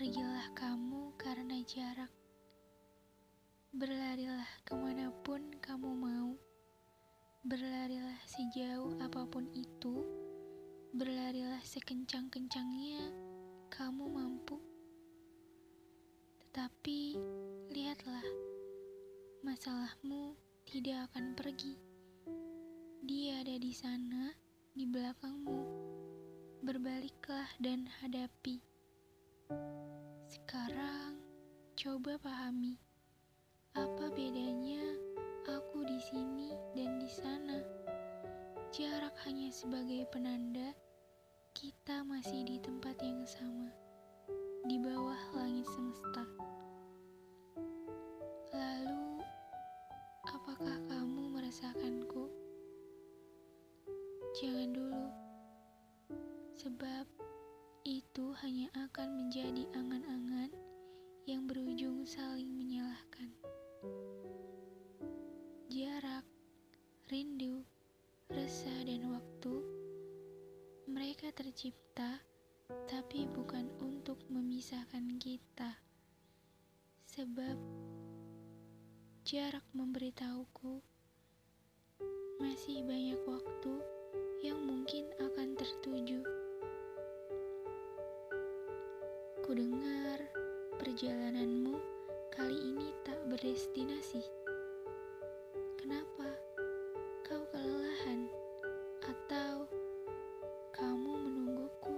Pergilah kamu karena jarak. Berlarilah kemanapun kamu mau. Berlarilah sejauh apapun itu. Berlarilah sekencang-kencangnya kamu mampu. Tetapi lihatlah, masalahmu tidak akan pergi. Dia ada di sana, di belakangmu. Berbaliklah dan hadapi. Sekarang, coba pahami, apa bedanya aku di sini dan di sana? Jarak hanya sebagai penanda kita masih di tempat yang sama, di bawah langit semesta. Lalu, apakah kamu merasakanku? Jangan dulu, sebab itu hanya akan menjadi angan-angan yang berujung saling menyalahkan. Jarak, rindu, resah, dan waktu, mereka tercipta, tapi bukan untuk memisahkan kita. Sebab jarak memberitahuku masih banyak waktu yang mungkin akan tertuju. Ku dengar perjalananmu kali ini tak berdestinasi. Kenapa? Kau kelelahan? Atau kamu menungguku?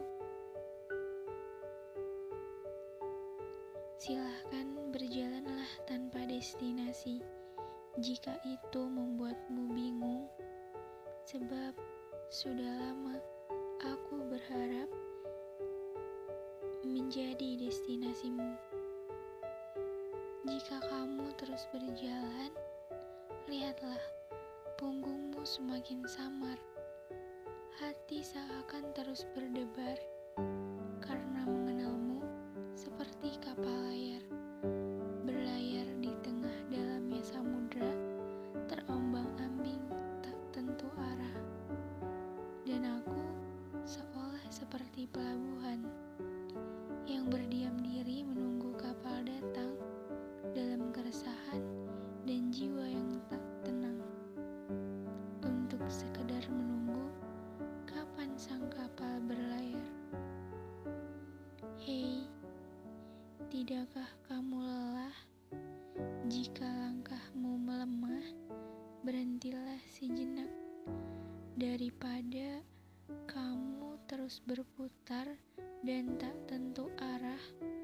Silahkan berjalanlah tanpa destinasi jika itu membuatmu bingung. Sebab sudah lama aku berharap menjadi destinasimu. Jika kamu terus berjalan, lihatlah punggungmu semakin samar. Hati seakan terus berdebar karena mengenalmu seperti kapal layar, berlayar di tengah dalamnya samudra, terombang-ambing tak tentu arah. Dan aku seolah seperti pelabuhan yang berdiam diri menunggu kapal datang dalam keresahan dan jiwa yang tak tenang, untuk sekedar menunggu kapan sang kapal berlayar. Hei, tidakkah kamu lelah? Jika langkahmu melemah, berhentilah sejenak daripada kamu terus berputar dan tak tentu arah.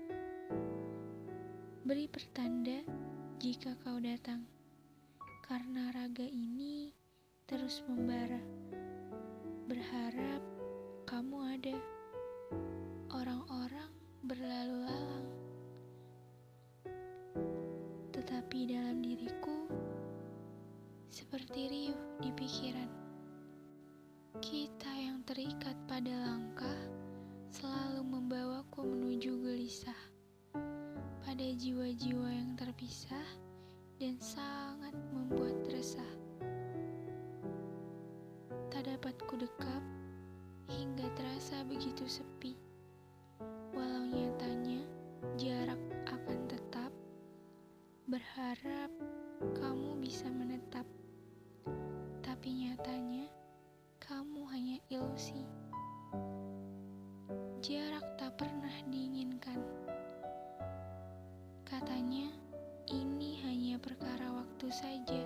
Beri pertanda jika kau datang, karena raga ini terus membara. Berharap kamu ada. Orang-orang berlalu lalang, tetapi dalam diriku seperti riuh di pikiran. Kita yang terikat pada langkah selalu membawaku menuju gelisah, pada jiwa-jiwa yang terpisah dan sangat membuat resah. Tak dapat kudekap hingga terasa begitu sepi. Walau nyatanya jarak akan tetap, berharap kamu bisa menetap. Tapi nyatanya kamu hanya ilusi. Jarak tak pernah diinginkan. Katanya ini hanya perkara waktu saja.